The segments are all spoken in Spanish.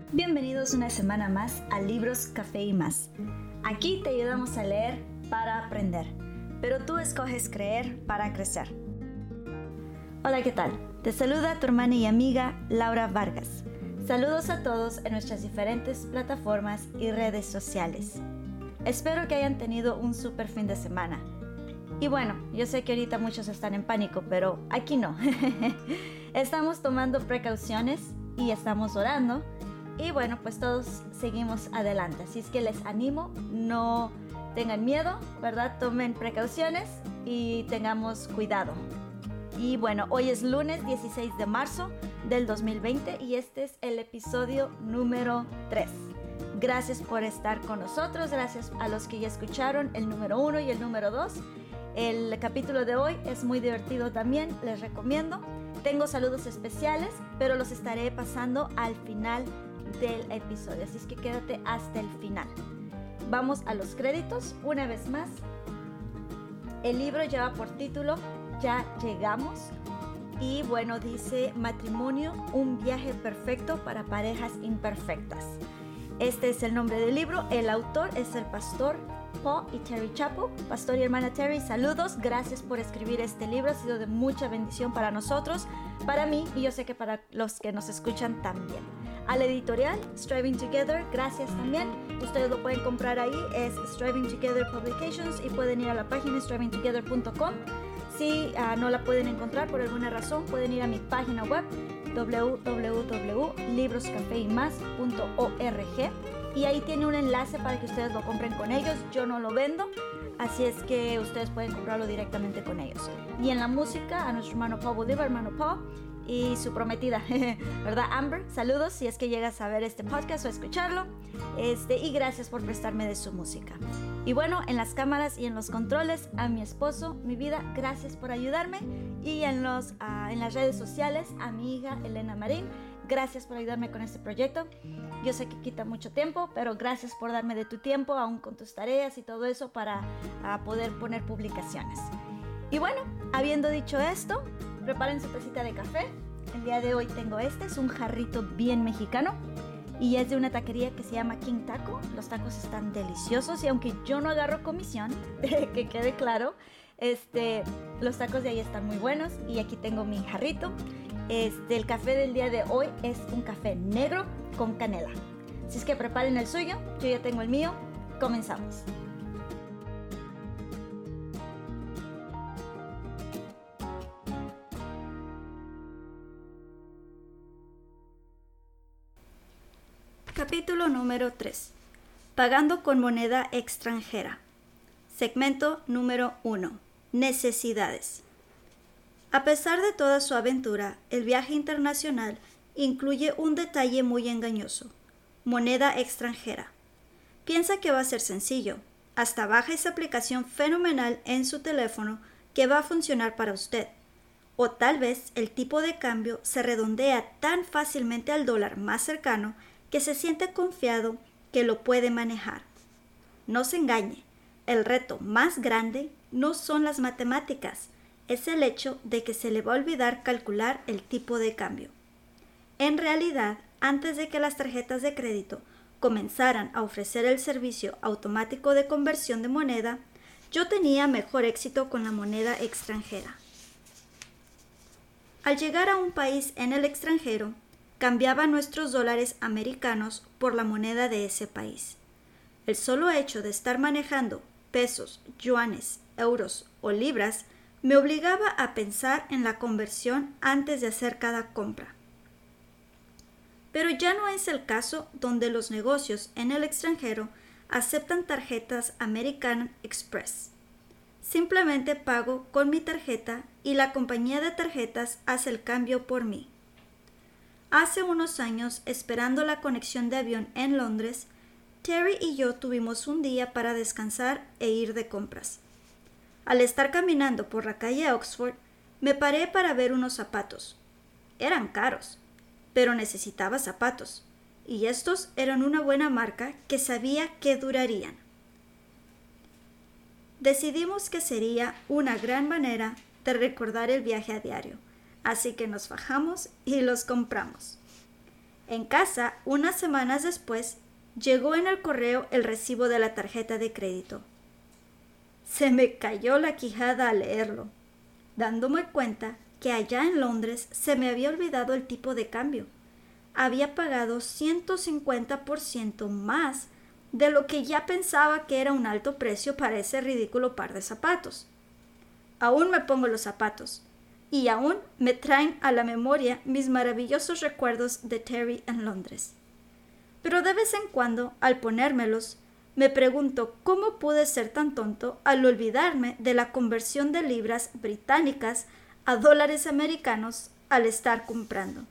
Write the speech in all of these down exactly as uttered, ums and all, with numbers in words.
Bienvenidos una semana más a Libros, Café y Más. Aquí te ayudamos a leer para aprender, pero tú escoges creer para crecer. Hola, ¿qué tal? Te saluda tu hermana y amiga Laura Vargas. Saludos a todos en nuestras diferentes plataformas y redes sociales. Espero que hayan tenido un súper fin de semana. Y bueno, yo sé que ahorita muchos están en pánico, pero aquí no. Estamos tomando precauciones y estamos orando. Y bueno, pues todos seguimos adelante. Así es que les animo, no tengan miedo, ¿verdad? Tomen precauciones y tengamos cuidado. Y bueno, hoy es lunes dieciséis de marzo del dos mil veinte y este es el episodio número tres. Gracias por estar con nosotros, gracias a los que ya escucharon el número uno y el número dos. El capítulo de hoy es muy divertido también, les recomiendo. Tengo saludos especiales, pero los estaré pasando al final del episodio, así es que quédate hasta el final. Vamos a los créditos una vez más. El libro lleva por título Ya llegamos y bueno, dice Matrimonio, un viaje perfecto para parejas imperfectas. Este es el nombre del libro. El autor es el pastor Paul y Terry Chapo. Pastor y hermana Terry, saludos, gracias por escribir este libro, ha sido de mucha bendición para nosotros, para mí y yo sé que para los que nos escuchan también. Al editorial Striving Together, gracias también. Ustedes lo pueden comprar ahí, es Striving Together Publications y pueden ir a la página striving together punto com. Si uh, no la pueden encontrar por alguna razón, pueden ir a mi página web w w w punto libros café y más punto org y ahí tiene un enlace para que ustedes lo compren con ellos. Yo no lo vendo, así es que ustedes pueden comprarlo directamente con ellos. Y en la música, a nuestro hermano Paul Bolívar, hermano Paul, y su prometida, ¿verdad? Amber, saludos si es que llegas a ver este podcast o a escucharlo, este, y gracias por prestarme de su música. Y bueno, en las cámaras y en los controles, a mi esposo, mi vida, gracias por ayudarme, y en, los, uh, en las redes sociales, a mi hija Elena Marín, gracias por ayudarme con este proyecto. Yo sé que quita mucho tiempo, pero gracias por darme de tu tiempo, aún con tus tareas y todo eso, para uh, poder poner publicaciones. Y bueno, habiendo dicho esto, preparen su tacita de café. El día de hoy tengo este, es un jarrito bien mexicano y es de una taquería que se llama King Taco. Los tacos están deliciosos y aunque yo no agarro comisión, que quede claro, este, los tacos de ahí están muy buenos y aquí tengo mi jarrito. Este, el café del día de hoy es un café negro con canela. Así es que preparen el suyo, yo ya tengo el mío, comenzamos. Capítulo número tres. Pagando con moneda extranjera. Segmento número uno. Necesidades. A pesar de toda su aventura, el viaje internacional incluye un detalle muy engañoso. Moneda extranjera. Piensa que va a ser sencillo. Hasta baja esa aplicación fenomenal en su teléfono que va a funcionar para usted. O tal vez el tipo de cambio se redondea tan fácilmente al dólar más cercano que se siente confiado que lo puede manejar. No se engañe, el reto más grande no son las matemáticas, es el hecho de que se le va a olvidar calcular el tipo de cambio. En realidad, antes de que las tarjetas de crédito comenzaran a ofrecer el servicio automático de conversión de moneda, yo tenía mejor éxito con la moneda extranjera. Al llegar a un país en el extranjero, cambiaba nuestros dólares americanos por la moneda de ese país. El solo hecho de estar manejando pesos, yuanes, euros o libras me obligaba a pensar en la conversión antes de hacer cada compra. Pero ya no es el caso donde los negocios en el extranjero aceptan tarjetas American Express. Simplemente pago con mi tarjeta y la compañía de tarjetas hace el cambio por mí. Hace unos años, esperando la conexión de avión en Londres, Terry y yo tuvimos un día para descansar e ir de compras. Al estar caminando por la calle Oxford, me paré para ver unos zapatos. Eran caros, pero necesitaba zapatos, y estos eran una buena marca que sabía que durarían. Decidimos que sería una gran manera de recordar el viaje a diario, así que nos bajamos y los compramos. En casa, unas semanas después, llegó en el correo el recibo de la tarjeta de crédito. Se me cayó la quijada al leerlo, dándome cuenta que allá en Londres se me había olvidado el tipo de cambio. Había pagado ciento cincuenta por ciento más de lo que ya pensaba que era un alto precio para ese ridículo par de zapatos. Aún me pongo los zapatos, y aún me traen a la memoria mis maravillosos recuerdos de Terry en Londres. Pero de vez en cuando, al ponérmelos, me pregunto cómo pude ser tan tonto al olvidarme de la conversión de libras británicas a dólares americanos al estar comprando.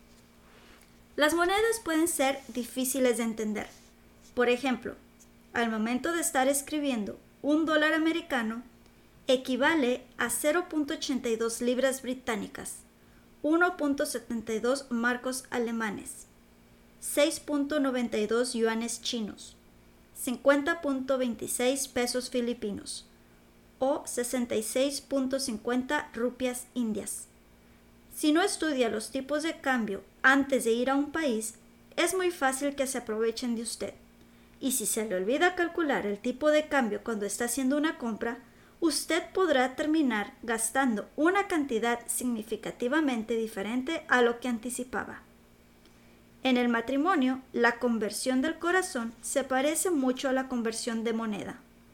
Las monedas pueden ser difíciles de entender. Por ejemplo, al momento de estar escribiendo un dólar americano, equivale a cero punto ochenta y dos libras británicas, uno punto setenta y dos marcos alemanes, seis punto noventa y dos yuanes chinos, cincuenta punto veintiséis pesos filipinos o sesenta y seis punto cincuenta rupias indias. Si no estudia los tipos de cambio antes de ir a un país, es muy fácil que se aprovechen de usted. Y si se le olvida calcular el tipo de cambio cuando está haciendo una compra, usted podrá terminar gastando una cantidad significativamente diferente a lo que anticipaba. En el matrimonio, la conversión del corazón se parece mucho a la conversión de moneda.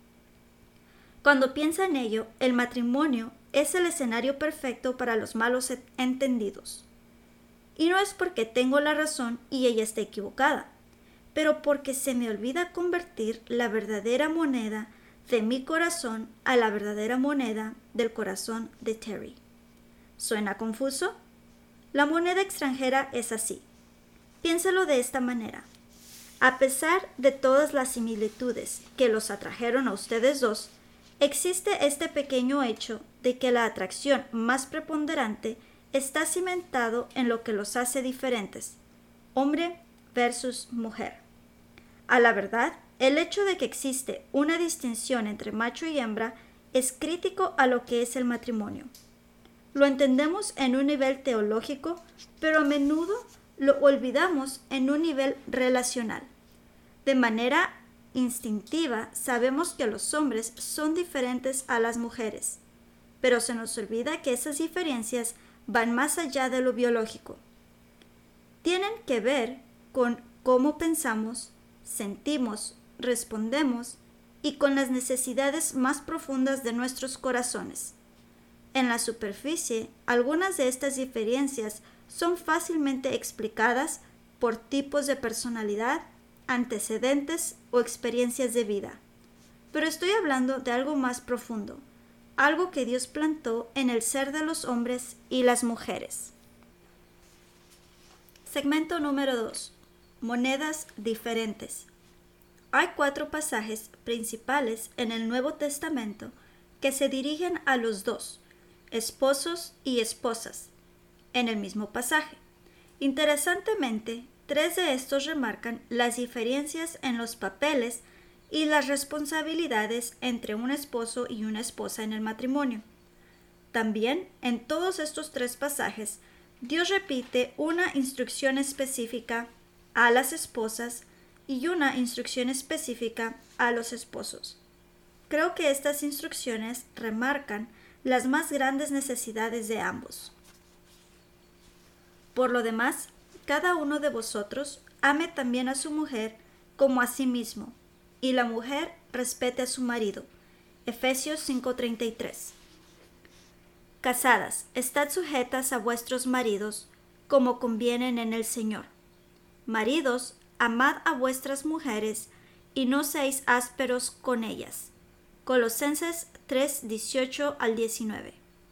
Cuando piensa en ello, el matrimonio es el escenario perfecto para los malos entendidos. Y no es porque tengo la razón y ella esté equivocada, pero porque se me olvida convertir la verdadera moneda de mi corazón a la verdadera moneda del corazón de Terry. ¿Suena confuso? La moneda extranjera es así. Piénsalo de esta manera. A pesar de todas las similitudes que los atrajeron a ustedes dos, existe este pequeño hecho de que la atracción más preponderante está cimentado en lo que los hace diferentes, hombre versus mujer. A la verdad, el hecho de que existe una distinción entre macho y hembra es crítico a lo que es el matrimonio. Lo entendemos en un nivel teológico, pero a menudo lo olvidamos en un nivel relacional. De manera instintiva, sabemos que los hombres son diferentes a las mujeres, pero se nos olvida que esas diferencias van más allá de lo biológico. Tienen que ver con cómo pensamos, sentimos, respondemos y con las necesidades más profundas de nuestros corazones. En la superficie, algunas de estas diferencias son fácilmente explicadas por tipos de personalidad, antecedentes o experiencias de vida. Pero estoy hablando de algo más profundo, algo que Dios plantó en el ser de los hombres y las mujeres. Segmento número dos. Monedas diferentes. Hay cuatro pasajes principales en el Nuevo Testamento que se dirigen a los dos, esposos y esposas, en el mismo pasaje. Interesantemente, tres de estos remarcan las diferencias en los papeles y las responsabilidades entre un esposo y una esposa en el matrimonio. También, en todos estos tres pasajes, Dios repite una instrucción específica a las esposas y una instrucción específica a los esposos. Creo que estas instrucciones remarcan las más grandes necesidades de ambos. Por lo demás, cada uno de vosotros ame también a su mujer como a sí mismo, y la mujer respete a su marido. Efesios cinco treinta y tres. Casadas, estad sujetas a vuestros maridos, como convienen en el Señor. Maridos, amad a vuestras mujeres, y no seáis ásperos con ellas. Colosenses tres dieciocho al diecinueve.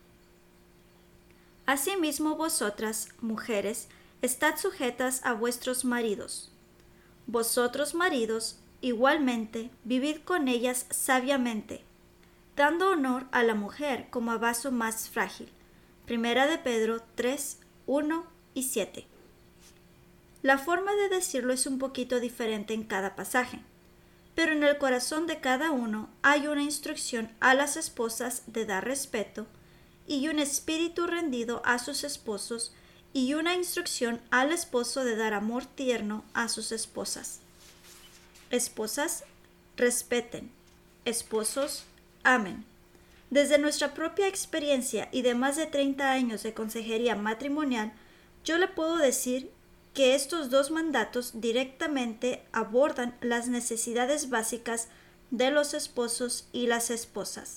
Asimismo vosotras, mujeres, estad sujetas a vuestros maridos. Vosotros, maridos, igualmente, vivid con ellas sabiamente, dando honor a la mujer como a vaso más frágil. Primera de Pedro tres, uno y siete. La forma de decirlo es un poquito diferente en cada pasaje, pero en el corazón de cada uno hay una instrucción a las esposas de dar respeto y un espíritu rendido a sus esposos y una instrucción al esposo de dar amor tierno a sus esposas. Esposas, respeten. Esposos, amen. Desde nuestra propia experiencia y de más de treinta años de consejería matrimonial, yo le puedo decir que estos dos mandatos directamente abordan las necesidades básicas de los esposos y las esposas.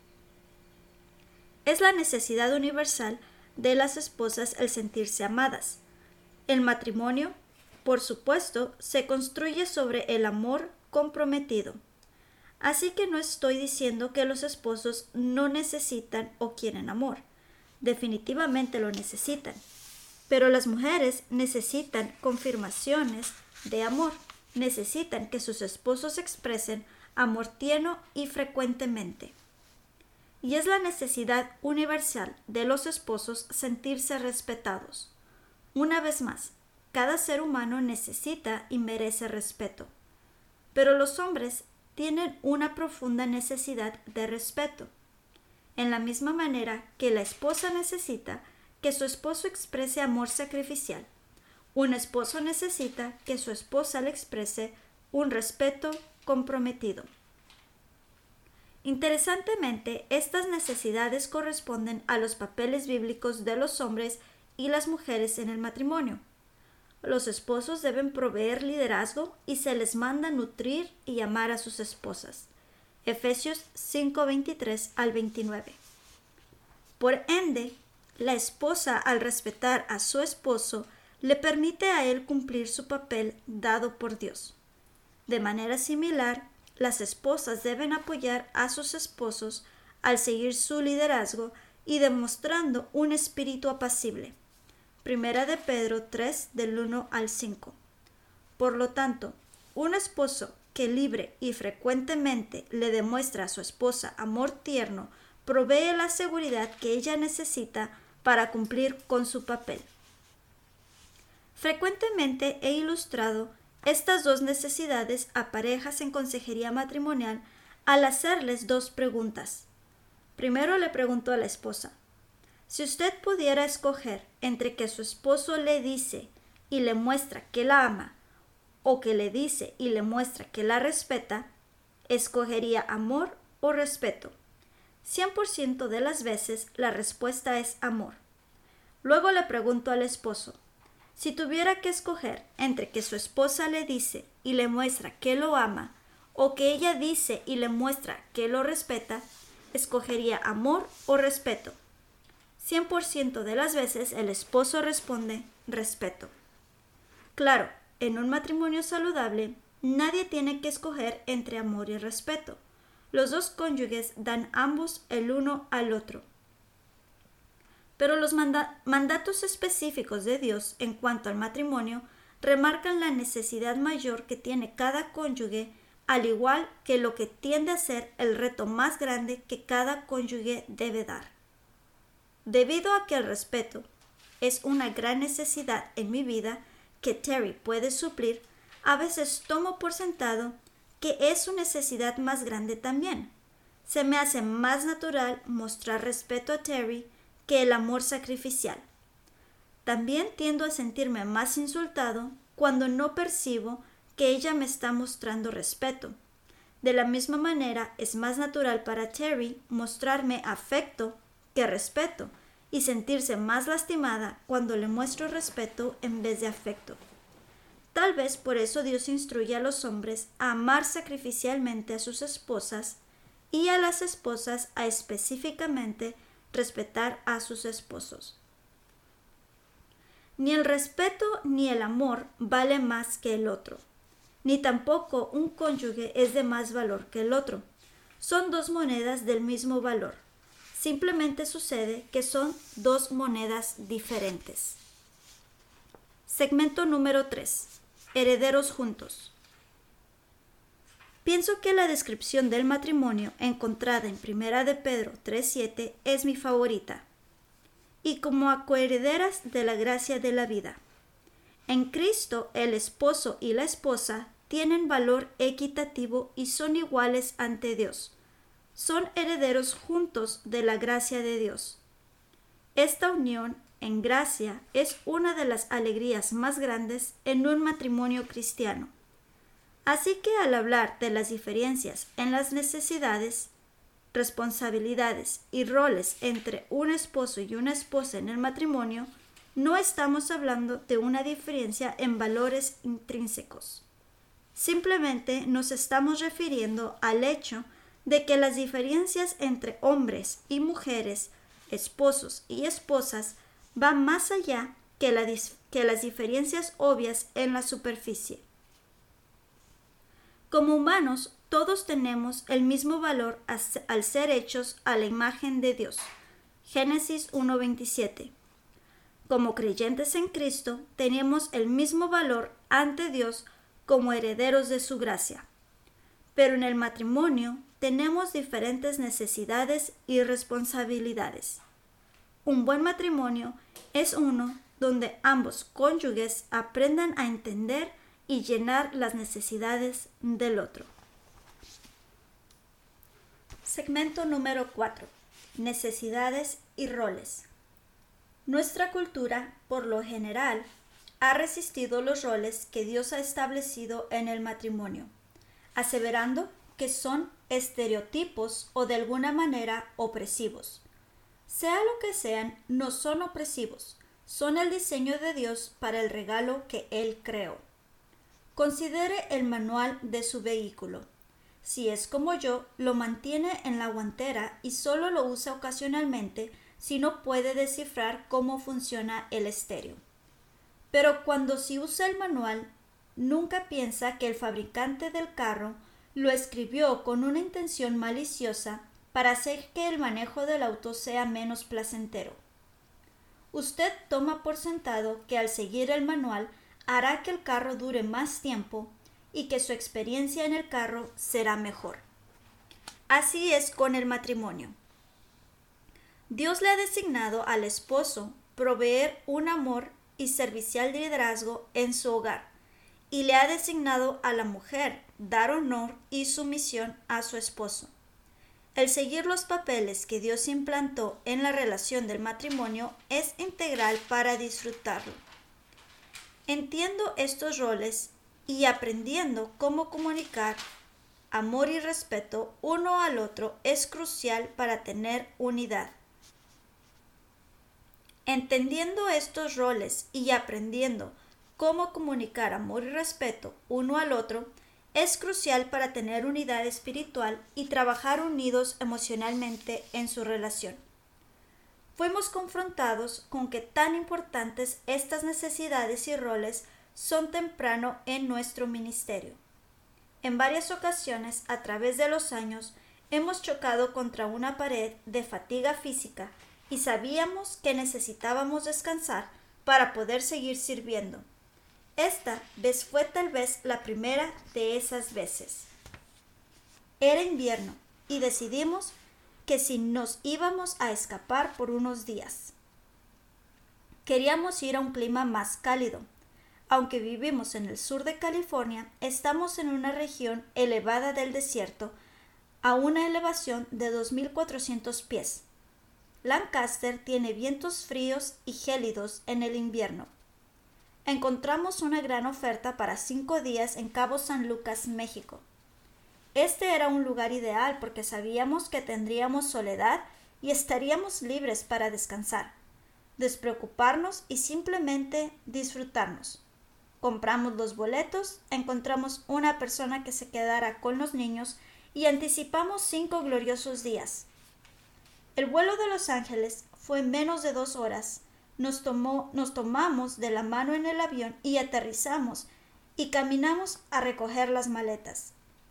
Es la necesidad universal de las esposas el sentirse amadas. El matrimonio, por supuesto, se construye sobre el amor comprometido. Así que no estoy diciendo que los esposos no necesitan o quieren amor. Definitivamente lo necesitan. Pero las mujeres necesitan confirmaciones de amor. Necesitan que sus esposos expresen amor tierno y frecuentemente. Y es la necesidad universal de los esposos sentirse respetados. Una vez más, cada ser humano necesita y merece respeto. Pero los hombres tienen una profunda necesidad de respeto. En la misma manera que la esposa necesita que su esposo exprese amor sacrificial, un esposo necesita que su esposa le exprese un respeto comprometido. Interesantemente, estas necesidades corresponden a los papeles bíblicos de los hombres y las mujeres en el matrimonio. Los esposos deben proveer liderazgo y se les manda nutrir y amar a sus esposas. Efesios cinco, veintitrés al veintinueve. Por ende, la esposa, al respetar a su esposo, le permite a él cumplir su papel dado por Dios. De manera similar, las esposas deben apoyar a sus esposos al seguir su liderazgo y demostrando un espíritu apacible. Primera de Pedro tres, del uno al cinco. Por lo tanto, un esposo que libre y frecuentemente le demuestra a su esposa amor tierno provee la seguridad que ella necesita para cumplir con su papel. Frecuentemente he ilustrado estas dos necesidades a parejas en consejería matrimonial al hacerles dos preguntas. Primero le pregunto a la esposa: si usted pudiera escoger entre que su esposo le dice y le muestra que la ama, o que le dice y le muestra que la respeta, ¿escogería amor o respeto? cien por ciento de las veces la respuesta es amor. Luego le pregunto al esposo: si tuviera que escoger entre que su esposa le dice y le muestra que lo ama, o que ella dice y le muestra que lo respeta, ¿escogería amor o respeto? cien por ciento de las veces el esposo responde respeto. Claro, en un matrimonio saludable, nadie tiene que escoger entre amor y respeto. Los dos cónyuges dan ambos el uno al otro. Pero los manda- mandatos específicos de Dios en cuanto al matrimonio remarcan la necesidad mayor que tiene cada cónyuge, al igual que lo que tiende a ser el reto más grande que cada cónyuge debe dar. Debido a que el respeto es una gran necesidad en mi vida que Terry puede suplir, a veces tomo por sentado que es su necesidad más grande también. Se me hace más natural mostrar respeto a Terry que el amor sacrificial. También tiendo a sentirme más insultado cuando no percibo que ella me está mostrando respeto. De la misma manera, es más natural para Terry mostrarme afecto que respeto y sentirse más lastimada cuando le muestro respeto en vez de afecto. Tal vez por eso Dios instruye a los hombres a amar sacrificialmente a sus esposas y a las esposas a específicamente respetar a sus esposos. Ni el respeto ni el amor vale más que el otro, ni tampoco un cónyuge es de más valor que el otro. Son dos monedas del mismo valor. Simplemente sucede que son dos monedas diferentes. Segmento número tres. Herederos juntos. Pienso que la descripción del matrimonio encontrada en Primera de Pedro tres siete es mi favorita. Y como a coherederas de la gracia de la vida. En Cristo, el esposo y la esposa tienen valor equitativo y son iguales ante Dios. Son herederos juntos de la gracia de Dios. Esta unión en gracia es una de las alegrías más grandes en un matrimonio cristiano. Así que al hablar de las diferencias en las necesidades, responsabilidades y roles entre un esposo y una esposa en el matrimonio, no estamos hablando de una diferencia en valores intrínsecos. Simplemente nos estamos refiriendo al hecho de que las diferencias entre hombres y mujeres, esposos y esposas, van más allá que, la que las diferencias obvias en la superficie. Como humanos, todos tenemos el mismo valor al ser hechos a la imagen de Dios. Génesis uno veintisiete. Como creyentes en Cristo, tenemos el mismo valor ante Dios como herederos de su gracia. Pero en el matrimonio tenemos diferentes necesidades y responsabilidades. Un buen matrimonio es uno donde ambos cónyuges aprendan a entender y llenar las necesidades del otro. Segmento número cuatro. Necesidades y roles. Nuestra cultura, por lo general, ha resistido los roles que Dios ha establecido en el matrimonio, aseverando que son estereotipos o de alguna manera opresivos. Sea lo que sean, no son opresivos, son el diseño de Dios para el regalo que Él creó. Considere el manual de su vehículo. Si es como yo, lo mantiene en la guantera y solo lo usa ocasionalmente si no puede descifrar cómo funciona el estéreo. Pero cuando sí usa el manual, nunca piensa que el fabricante del carro lo escribió con una intención maliciosa para hacer que el manejo del auto sea menos placentero. Usted toma por sentado que al seguir el manual hará que el carro dure más tiempo y que su experiencia en el carro será mejor. Así es con el matrimonio. Dios le ha designado al esposo proveer un amor y servicial liderazgo en su hogar, y le ha designado a la mujer dar honor y sumisión a su esposo. El seguir los papeles que Dios implantó en la relación del matrimonio es integral para disfrutarlo. Entiendo estos roles y aprendiendo cómo comunicar amor y respeto uno al otro es crucial para tener unidad. Entendiendo estos roles y aprendiendo cómo comunicar amor y respeto uno al otro es crucial para tener unidad espiritual y trabajar unidos emocionalmente en su relación. Fuimos confrontados con que tan importantes estas necesidades y roles son temprano en nuestro ministerio. En varias ocasiones a través de los años hemos chocado contra una pared de fatiga física y sabíamos que necesitábamos descansar para poder seguir sirviendo. Esta vez fue tal vez la primera de esas veces. Era invierno y decidimos que si nos íbamos a escapar por unos días. Queríamos ir a un clima más cálido. Aunque vivimos en el sur de California, estamos en una región elevada del desierto a una elevación de dos mil cuatrocientos pies. Lancaster tiene vientos fríos y gélidos en el invierno. Encontramos una gran oferta para cinco días en Cabo San Lucas, México. Este era un lugar ideal porque sabíamos que tendríamos soledad y estaríamos libres para descansar, despreocuparnos y simplemente disfrutarnos. Compramos los boletos, encontramos una persona que se quedara con los niños y anticipamos cinco gloriosos días. El vuelo de Los Ángeles fue menos de dos horas. Nos, tomó, nos tomamos de la mano en el avión y aterrizamos y caminamos a recoger las maletas.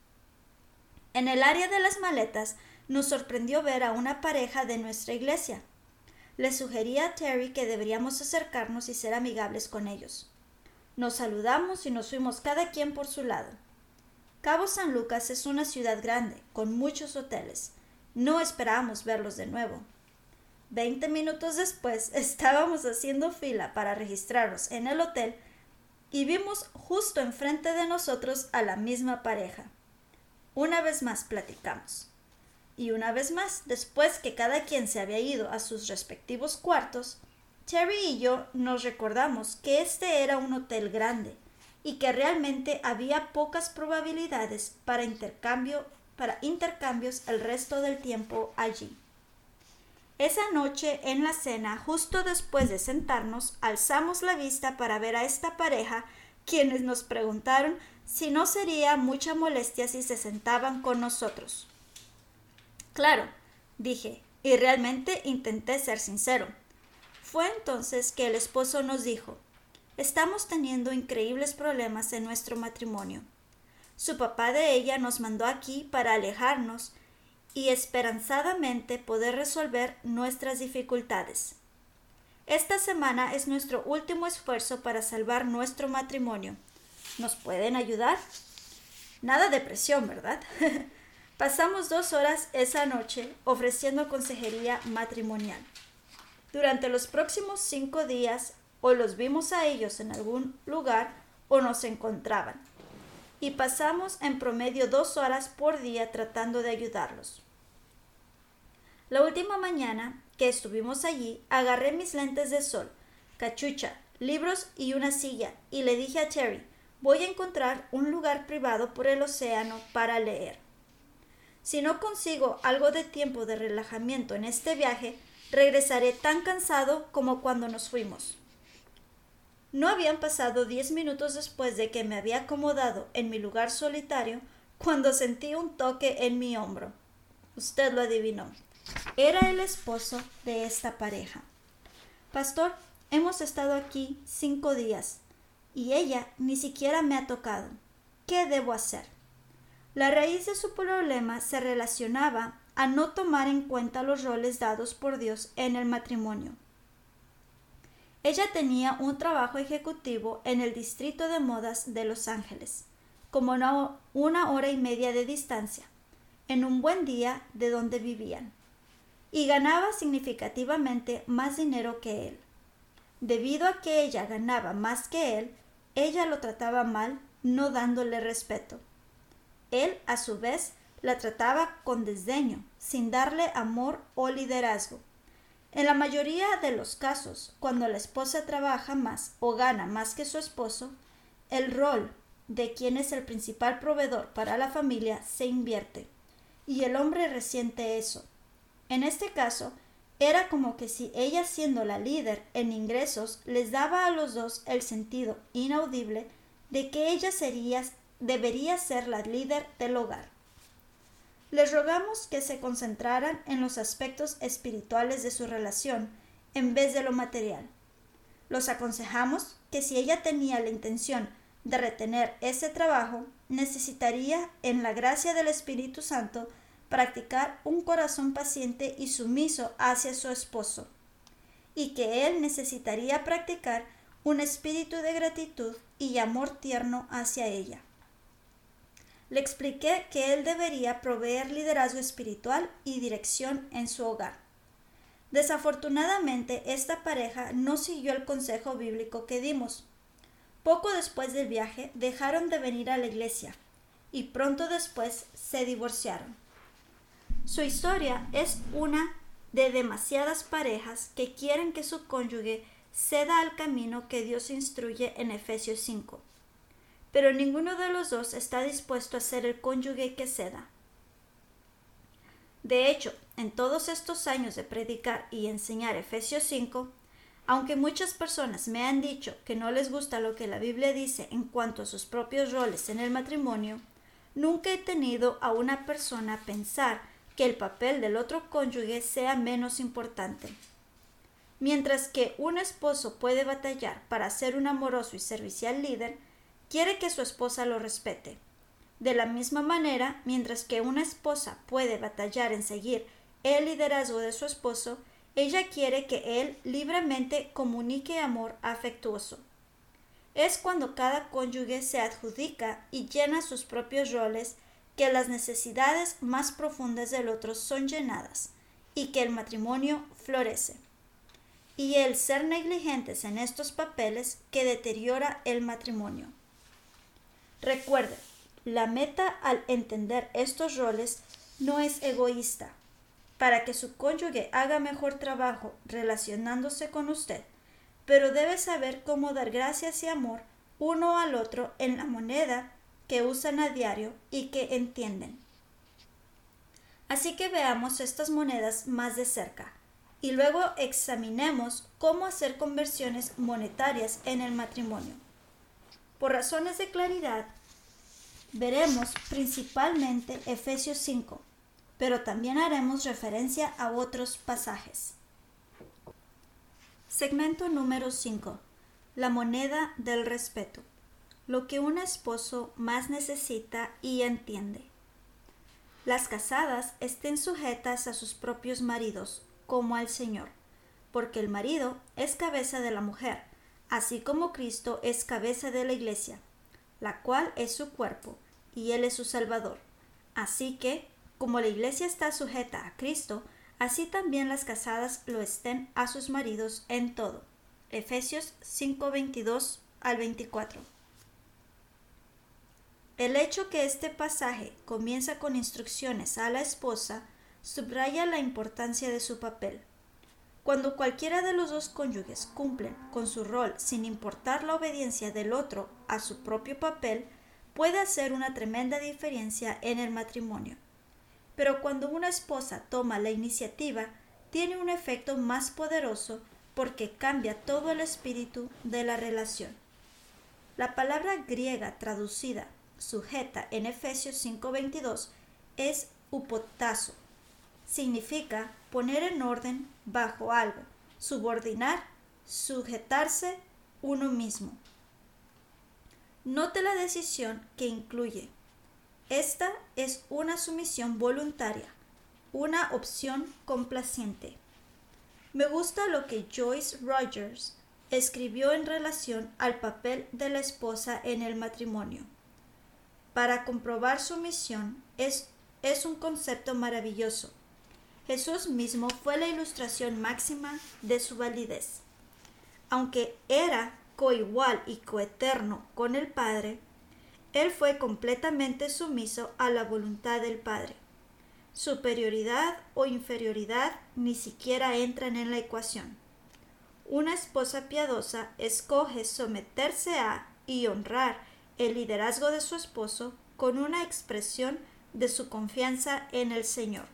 En el área de las maletas nos sorprendió ver a una pareja de nuestra iglesia. Le sugerí a Terry que deberíamos acercarnos y ser amigables con ellos. Nos saludamos y nos fuimos cada quien por su lado. Cabo San Lucas es una ciudad grande, con muchos hoteles. No esperábamos verlos de nuevo. Veinte minutos después estábamos haciendo fila para registrarnos en el hotel y vimos justo enfrente de nosotros a la misma pareja. Una vez más platicamos. Y una vez más, después que cada quien se había ido a sus respectivos cuartos, Terry y yo nos recordamos que este era un hotel grande y que realmente había pocas probabilidades para intercambio, para intercambios el resto del tiempo allí. Esa noche en la cena, justo después de sentarnos, alzamos la vista para ver a esta pareja, quienes nos preguntaron si no sería mucha molestia si se sentaban con nosotros. Claro, dije, y realmente intenté ser sincero. Fue entonces que el esposo nos dijo: estamos teniendo increíbles problemas en nuestro matrimonio. Su papá de ella nos mandó aquí para alejarnos y esperanzadamente poder resolver nuestras dificultades. Esta semana es nuestro último esfuerzo para salvar nuestro matrimonio. ¿Nos pueden ayudar? Nada de presión, ¿verdad? Pasamos dos horas esa noche ofreciendo consejería matrimonial. Durante los próximos cinco días, o los vimos a ellos en algún lugar o nos encontraban. Y pasamos en promedio dos horas por día tratando de ayudarlos. La última mañana que estuvimos allí, agarré mis lentes de sol, cachucha, libros y una silla y le dije a Terry: voy a encontrar un lugar privado por el océano para leer. Si no consigo algo de tiempo de relajamiento en este viaje, regresaré tan cansado como cuando nos fuimos. No habían pasado diez minutos después de que me había acomodado en mi lugar solitario cuando sentí un toque en mi hombro. Usted lo adivinó. Era el esposo de esta pareja. Pastor, hemos estado aquí cinco días y ella ni siquiera me ha tocado. ¿Qué debo hacer? La raíz de su problema se relacionaba a no tomar en cuenta los roles dados por Dios en el matrimonio. Ella tenía un trabajo ejecutivo en el distrito de modas de Los Ángeles, como una, una hora y media de distancia, en un buen día de donde vivían, y ganaba significativamente más dinero que él. Debido a que ella ganaba más que él, ella lo trataba mal, no dándole respeto. Él, a su vez, la trataba con desdeño, sin darle amor o liderazgo. En la mayoría de los casos, cuando la esposa trabaja más o gana más que su esposo, el rol de quien es el principal proveedor para la familia se invierte, y el hombre resiente eso. En este caso, era como que si ella, siendo la líder en ingresos, les daba a los dos el sentido inaudible de que ella sería, debería ser la líder del hogar. Les rogamos que se concentraran en los aspectos espirituales de su relación en vez de lo material. Los aconsejamos que si ella tenía la intención de retener ese trabajo, necesitaría, en la gracia del Espíritu Santo, practicar un corazón paciente y sumiso hacia su esposo, y que él necesitaría practicar un espíritu de gratitud y amor tierno hacia ella. Le expliqué que él debería proveer liderazgo espiritual y dirección en su hogar. Desafortunadamente, esta pareja no siguió el consejo bíblico que dimos. Poco después del viaje, dejaron de venir a la iglesia y pronto después se divorciaron. Su historia es una de demasiadas parejas que quieren que su cónyuge ceda al camino que Dios instruye en Efesios cinco. Pero ninguno de los dos está dispuesto a ser el cónyuge que ceda. De hecho, en todos estos años de predicar y enseñar Efesios cinco, aunque muchas personas me han dicho que no les gusta lo que la Biblia dice en cuanto a sus propios roles en el matrimonio, nunca he tenido a una persona pensar que el papel del otro cónyuge sea menos importante. Mientras que un esposo puede batallar para ser un amoroso y servicial líder, quiere que su esposa lo respete. De la misma manera, mientras que una esposa puede batallar en seguir el liderazgo de su esposo, ella quiere que él libremente comunique amor afectuoso. Es cuando cada cónyuge se adjudica y llena sus propios roles que las necesidades más profundas del otro son llenadas y que el matrimonio florece. Y el ser negligentes en estos papeles que deteriora el matrimonio. Recuerde, la meta al entender estos roles no es egoísta. Para que su cónyuge haga mejor trabajo relacionándose con usted, pero debe saber cómo dar gracias y amor uno al otro en la moneda que usan a diario y que entienden. Así que veamos estas monedas más de cerca y luego examinemos cómo hacer conversiones monetarias en el matrimonio. Por razones de claridad, veremos principalmente Efesios cinco, pero también haremos referencia a otros pasajes. Segmento número cinco. La moneda del respeto. Lo que un esposo más necesita y entiende. Las casadas estén sujetas a sus propios maridos, como al Señor, porque el marido es cabeza de la mujer, así como Cristo es cabeza de la iglesia, la cual es su cuerpo, y Él es su Salvador. Así que, como la iglesia está sujeta a Cristo, así también las casadas lo estén a sus maridos en todo. Efesios cinco, veintidós al veinticuatro. El hecho que este pasaje comienza con instrucciones a la esposa subraya la importancia de su papel. Cuando cualquiera de los dos cónyuges cumplen con su rol sin importar la obediencia del otro a su propio papel, puede hacer una tremenda diferencia en el matrimonio. Pero cuando una esposa toma la iniciativa, tiene un efecto más poderoso porque cambia todo el espíritu de la relación. La palabra griega traducida sujeta en Efesios cinco veintidós es upotazo. Significa poner en orden bajo algo, subordinar, sujetarse uno mismo. Note la decisión que incluye. Esta es una sumisión voluntaria, una opción complaciente. Me gusta lo que Joyce Rogers escribió en relación al papel de la esposa en el matrimonio. Para comprobar su misión es, es un concepto maravilloso. Jesús mismo fue la ilustración máxima de su validez. Aunque era coigual y coeterno con el Padre, Él fue completamente sumiso a la voluntad del Padre. Superioridad o inferioridad ni siquiera entran en la ecuación. Una esposa piadosa escoge someterse a y honrar el liderazgo de su esposo con una expresión de su confianza en el Señor.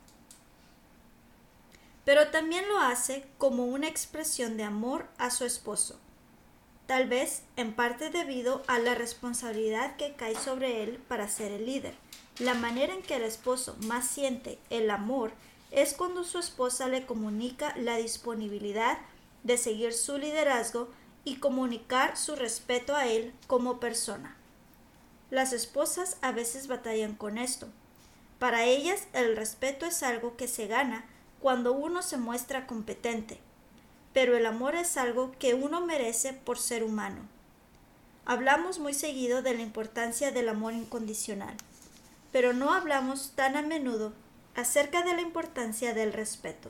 Pero también lo hace como una expresión de amor a su esposo, tal vez en parte debido a la responsabilidad que cae sobre él para ser el líder. La manera en que el esposo más siente el amor es cuando su esposa le comunica la disponibilidad de seguir su liderazgo y comunicar su respeto a él como persona. Las esposas a veces batallan con esto. Para ellas el respeto es algo que se gana cuando uno se muestra competente, pero el amor es algo que uno merece por ser humano. Hablamos muy seguido de la importancia del amor incondicional, pero no hablamos tan a menudo acerca de la importancia del respeto.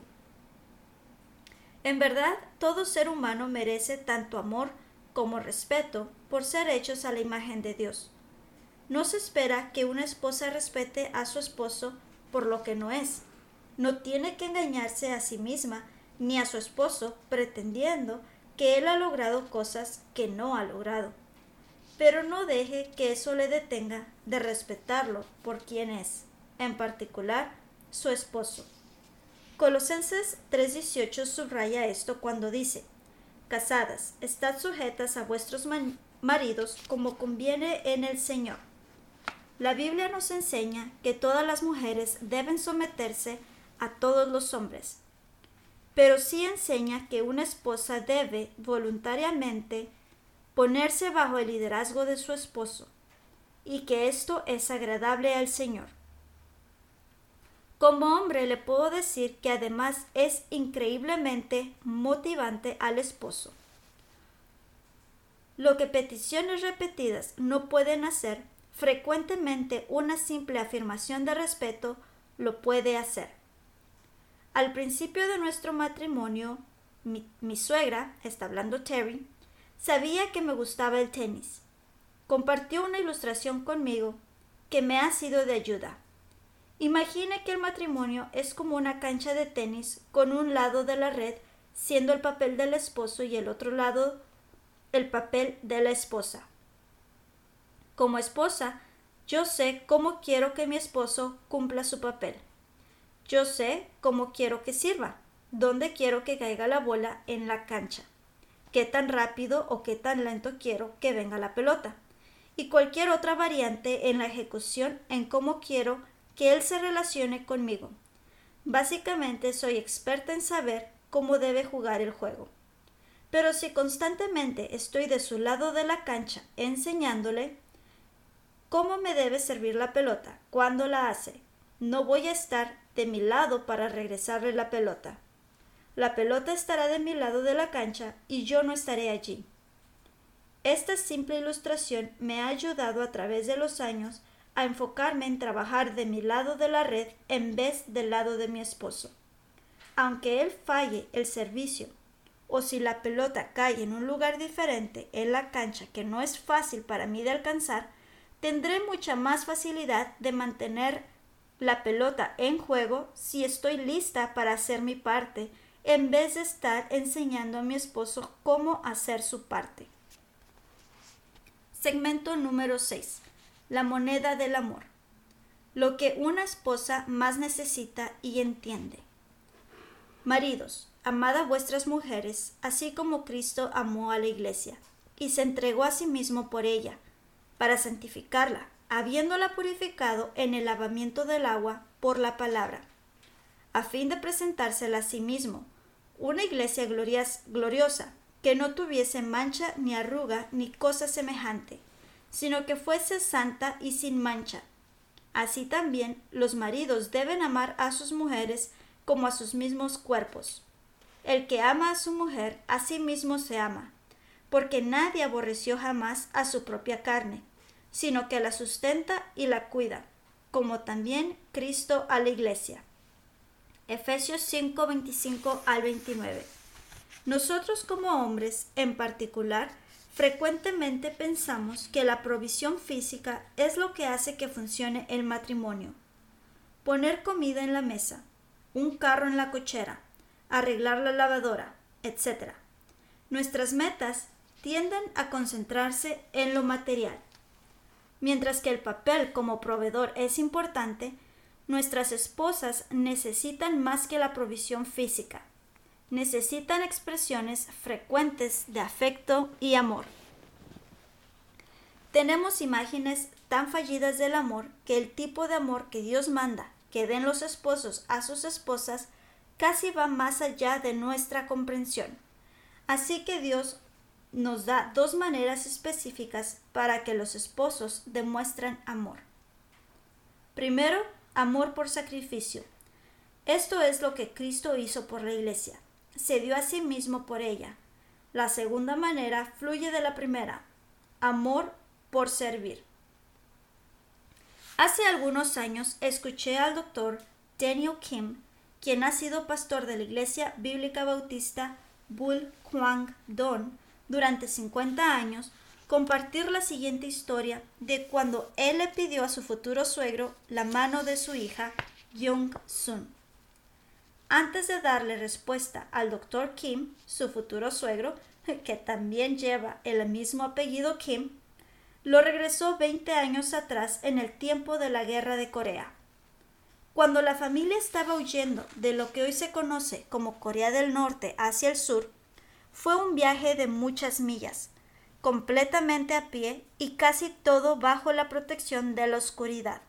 En verdad, todo ser humano merece tanto amor como respeto por ser hechos a la imagen de Dios. No se espera que una esposa respete a su esposo por lo que no es. No tiene que engañarse a sí misma ni a su esposo pretendiendo que él ha logrado cosas que no ha logrado. Pero no deje que eso le detenga de respetarlo por quien es, en particular su esposo. Colosenses tres dieciocho subraya esto cuando dice: Casadas, estad sujetas a vuestros maridos como conviene en el Señor. La Biblia nos enseña que todas las mujeres deben someterse a todos los hombres, pero sí enseña que una esposa debe voluntariamente ponerse bajo el liderazgo de su esposo y que esto es agradable al Señor. Como hombre le puedo decir que además es increíblemente motivante al esposo. Lo que peticiones repetidas no pueden hacer, frecuentemente una simple afirmación de respeto lo puede hacer. Al principio de nuestro matrimonio, mi, mi suegra, está hablando Terry, sabía que me gustaba el tenis. Compartió una ilustración conmigo que me ha sido de ayuda. Imagine que el matrimonio es como una cancha de tenis con un lado de la red siendo el papel del esposo y el otro lado el papel de la esposa. Como esposa, yo sé cómo quiero que mi esposo cumpla su papel. Yo sé cómo quiero que sirva, dónde quiero que caiga la bola en la cancha, qué tan rápido o qué tan lento quiero que venga la pelota, y cualquier otra variante en la ejecución en cómo quiero que él se relacione conmigo. Básicamente soy experta en saber cómo debe jugar el juego. Pero si constantemente estoy de su lado de la cancha enseñándole cómo me debe servir la pelota cuando la hace, no voy a estar de mi lado para regresarle la pelota. La pelota estará de mi lado de la cancha y yo no estaré allí. Esta simple ilustración me ha ayudado a través de los años a enfocarme en trabajar de mi lado de la red en vez del lado de mi esposo. Aunque él falle el servicio, o si la pelota cae en un lugar diferente en la cancha que no es fácil para mí de alcanzar, tendré mucha más facilidad de mantener la pelota en juego si estoy lista para hacer mi parte, en vez de estar enseñando a mi esposo cómo hacer su parte. Segmento número seis. La moneda del amor. Lo que una esposa más necesita y entiende. Maridos, amad a vuestras mujeres, así como Cristo amó a la iglesia, y se entregó a sí mismo por ella, para santificarla, habiéndola purificado en el lavamiento del agua por la palabra, a fin de presentársela a sí mismo, una iglesia gloriosa, que no tuviese mancha ni arruga ni cosa semejante, sino que fuese santa y sin mancha. Así también los maridos deben amar a sus mujeres como a sus mismos cuerpos. El que ama a su mujer, a sí mismo se ama, porque nadie aborreció jamás a su propia carne, sino que la sustenta y la cuida, como también Cristo a la iglesia. Efesios cinco, veinticinco al veintinueve. Nosotros como hombres, en particular, frecuentemente pensamos que la provisión física es lo que hace que funcione el matrimonio. Poner comida en la mesa, un carro en la cochera, arreglar la lavadora, etcétera. Nuestras metas tienden a concentrarse en lo material. Mientras que el papel como proveedor es importante, nuestras esposas necesitan más que la provisión física. Necesitan expresiones frecuentes de afecto y amor. Tenemos imágenes tan fallidas del amor que el tipo de amor que Dios manda que den los esposos a sus esposas casi va más allá de nuestra comprensión. Así que Dios nos da dos maneras específicas para que los esposos demuestren amor. Primero, amor por sacrificio. Esto es lo que Cristo hizo por la iglesia. Se dio a sí mismo por ella. La segunda manera fluye de la primera, amor por servir. Hace algunos años escuché al doctor Daniel Kim, quien ha sido pastor de la Iglesia Bíblica Bautista Bul Kwang Don durante cincuenta años, compartir la siguiente historia de cuando él le pidió a su futuro suegro la mano de su hija, Young Sun. Antes de darle respuesta al doctor Kim, su futuro suegro, que también lleva el mismo apellido Kim, lo regresó veinte años atrás en el tiempo de la Guerra de Corea. Cuando la familia estaba huyendo de lo que hoy se conoce como Corea del Norte hacia el sur, fue un viaje de muchas millas, completamente a pie y casi todo bajo la protección de la oscuridad.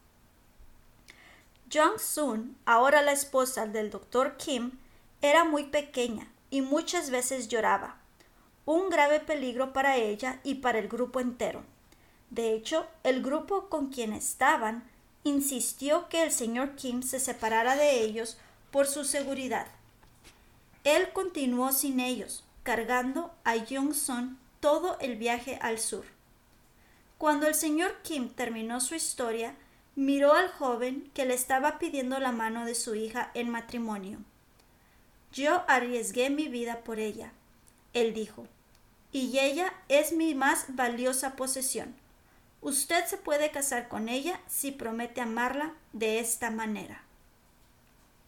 Jong-sun, ahora la esposa del doctor Kim, era muy pequeña y muchas veces lloraba, un grave peligro para ella y para el grupo entero. De hecho, el grupo con quien estaban insistió que el señor Kim se separara de ellos por su seguridad. Él continuó sin ellos, cargando a Jong-sun todo el viaje al sur. Cuando el señor Kim terminó su historia, miró al joven que le estaba pidiendo la mano de su hija en matrimonio. Yo arriesgué mi vida por ella, él dijo, y ella es mi más valiosa posesión. Usted se puede casar con ella si promete amarla de esta manera.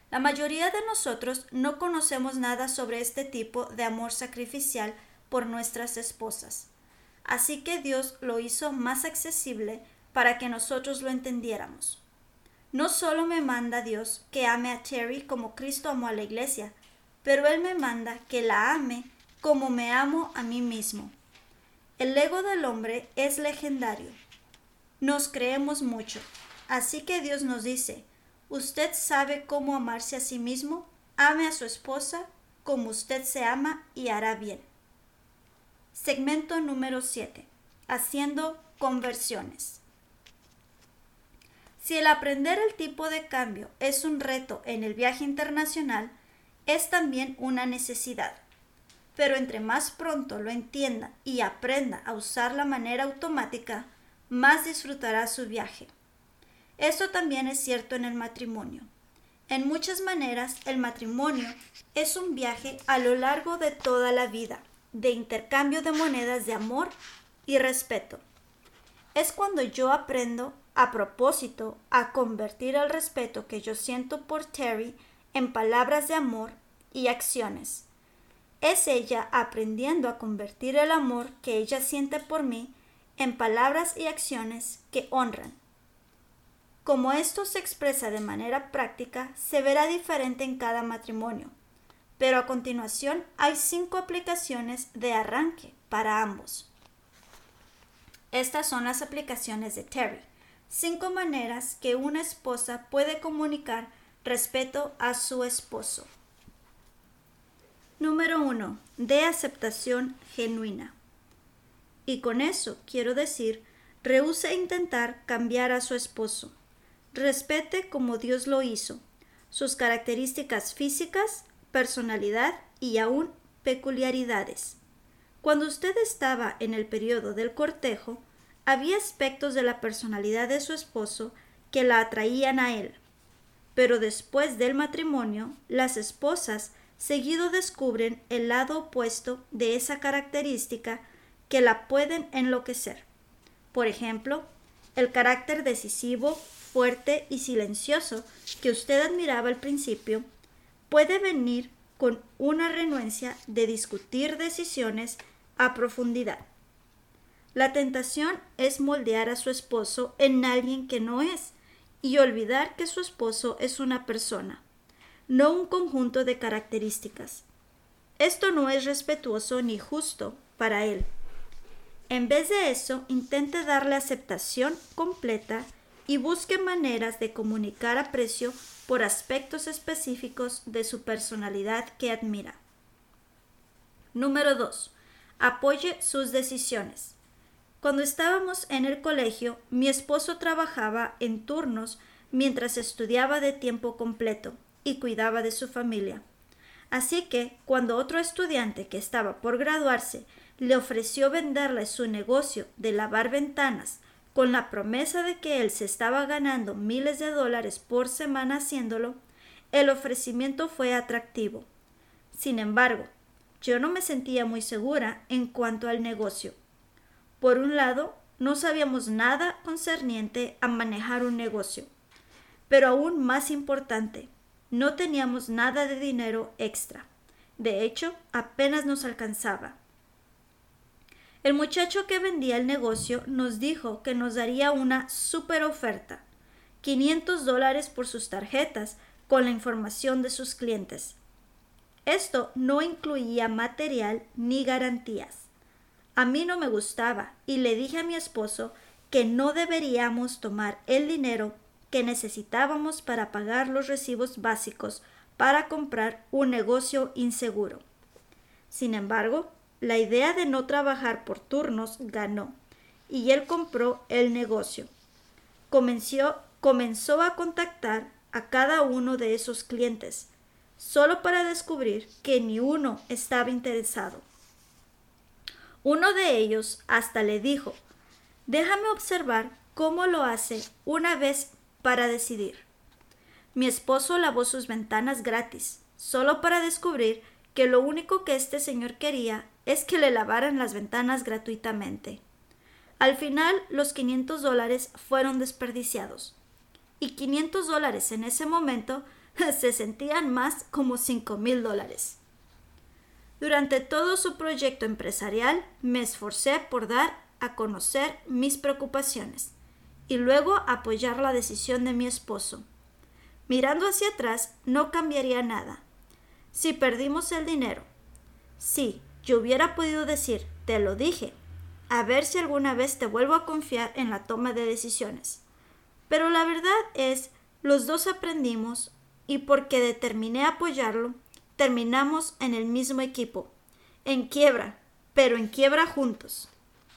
La mayoría de nosotros no conocemos nada sobre este tipo de amor sacrificial por nuestras esposas. Así que Dios lo hizo más accesible para que nosotros lo entendiéramos. No solo me manda Dios que ame a Terry como Cristo amó a la iglesia, pero Él me manda que la ame como me amo a mí mismo. El ego del hombre es legendario. Nos creemos mucho. Así que Dios nos dice, usted sabe cómo amarse a sí mismo, ame a su esposa como usted se ama y hará bien. Segmento número siete. Haciendo conversiones. Si el aprender el tipo de cambio es un reto en el viaje internacional, es también una necesidad. Pero entre más pronto lo entienda y aprenda a usar la manera automática, más disfrutará su viaje. Esto también es cierto en el matrimonio. En muchas maneras, el matrimonio es un viaje a lo largo de toda la vida, de intercambio de monedas de amor y respeto. Es cuando yo aprendo, a propósito, a convertir el respeto que yo siento por Terry en palabras de amor y acciones. Es ella aprendiendo a convertir el amor que ella siente por mí en palabras y acciones que honran. Como esto se expresa de manera práctica, se verá diferente en cada matrimonio, pero a continuación hay cinco aplicaciones de arranque para ambos. Estas son las aplicaciones de Terry, cinco maneras que una esposa puede comunicar respeto a su esposo. Número uno. De aceptación genuina. Y con eso quiero decir, rehúse intentar cambiar a su esposo. Respete como Dios lo hizo, sus características físicas, personalidad y aún peculiaridades. Cuando usted estaba en el periodo del cortejo, había aspectos de la personalidad de su esposo que la atraían a él. Pero después del matrimonio, las esposas seguido descubren el lado opuesto de esa característica que la pueden enloquecer. Por ejemplo, el carácter decisivo, fuerte y silencioso que usted admiraba al principio puede venir con una renuencia de discutir decisiones a profundidad. La tentación es moldear a su esposo en alguien que no es y olvidar que su esposo es una persona, no un conjunto de características. Esto no es respetuoso ni justo para él. En vez de eso, intente darle aceptación completa y busque maneras de comunicar aprecio por aspectos específicos de su personalidad que admira. Número dos. Apoye sus decisiones. Cuando estábamos en el colegio, mi esposo trabajaba en turnos mientras estudiaba de tiempo completo y cuidaba de su familia. Así que, cuando otro estudiante que estaba por graduarse le ofreció venderle su negocio de lavar ventanas con la promesa de que él se estaba ganando miles de dólares por semana haciéndolo, el ofrecimiento fue atractivo. Sin embargo, yo no me sentía muy segura en cuanto al negocio. Por un lado, no sabíamos nada concerniente a manejar un negocio, pero aún más importante, no teníamos nada de dinero extra. De hecho, apenas nos alcanzaba. El muchacho que vendía el negocio nos dijo que nos daría una super oferta, quinientos dólares por sus tarjetas con la información de sus clientes. Esto no incluía material ni garantías. A mí no me gustaba y le dije a mi esposo que no deberíamos tomar el dinero que necesitábamos para pagar los recibos básicos para comprar un negocio inseguro. Sin embargo, la idea de no trabajar por turnos ganó y él compró el negocio. Comenzó, comenzó a contactar a cada uno de esos clientes, solo para descubrir que ni uno estaba interesado. Uno de ellos hasta le dijo, déjame observar cómo lo hace una vez para decidir. Mi esposo lavó sus ventanas gratis, solo para descubrir que lo único que este señor quería es que le lavaran las ventanas gratuitamente. Al final, los quinientos dólares fueron desperdiciados. Y quinientos dólares en ese momento Se sentían más como cinco mil dólares. Durante todo su proyecto empresarial me esforcé por dar a conocer mis preocupaciones y luego apoyar la decisión de mi esposo. Mirando hacia atrás, no cambiaría nada. Si perdimos el dinero, sí, yo hubiera podido decir, te lo dije, a ver si alguna vez te vuelvo a confiar en la toma de decisiones. Pero la verdad es, los dos aprendimos y porque determiné apoyarlo, terminamos en el mismo equipo, en quiebra, pero en quiebra juntos.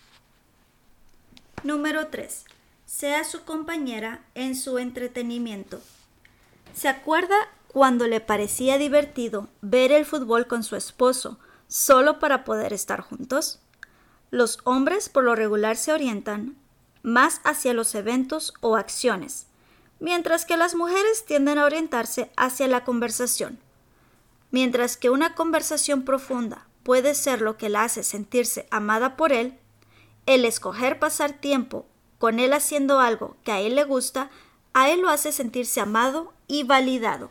Número tres. Sea su compañera en su entretenimiento. ¿Se acuerda cuando le parecía divertido ver el fútbol con su esposo solo para poder estar juntos? Los hombres por lo regular se orientan más hacia los eventos o acciones, mientras que las mujeres tienden a orientarse hacia la conversación. Mientras que una conversación profunda puede ser lo que la hace sentirse amada por él, el escoger pasar tiempo con él haciendo algo que a él le gusta, a él lo hace sentirse amado y validado.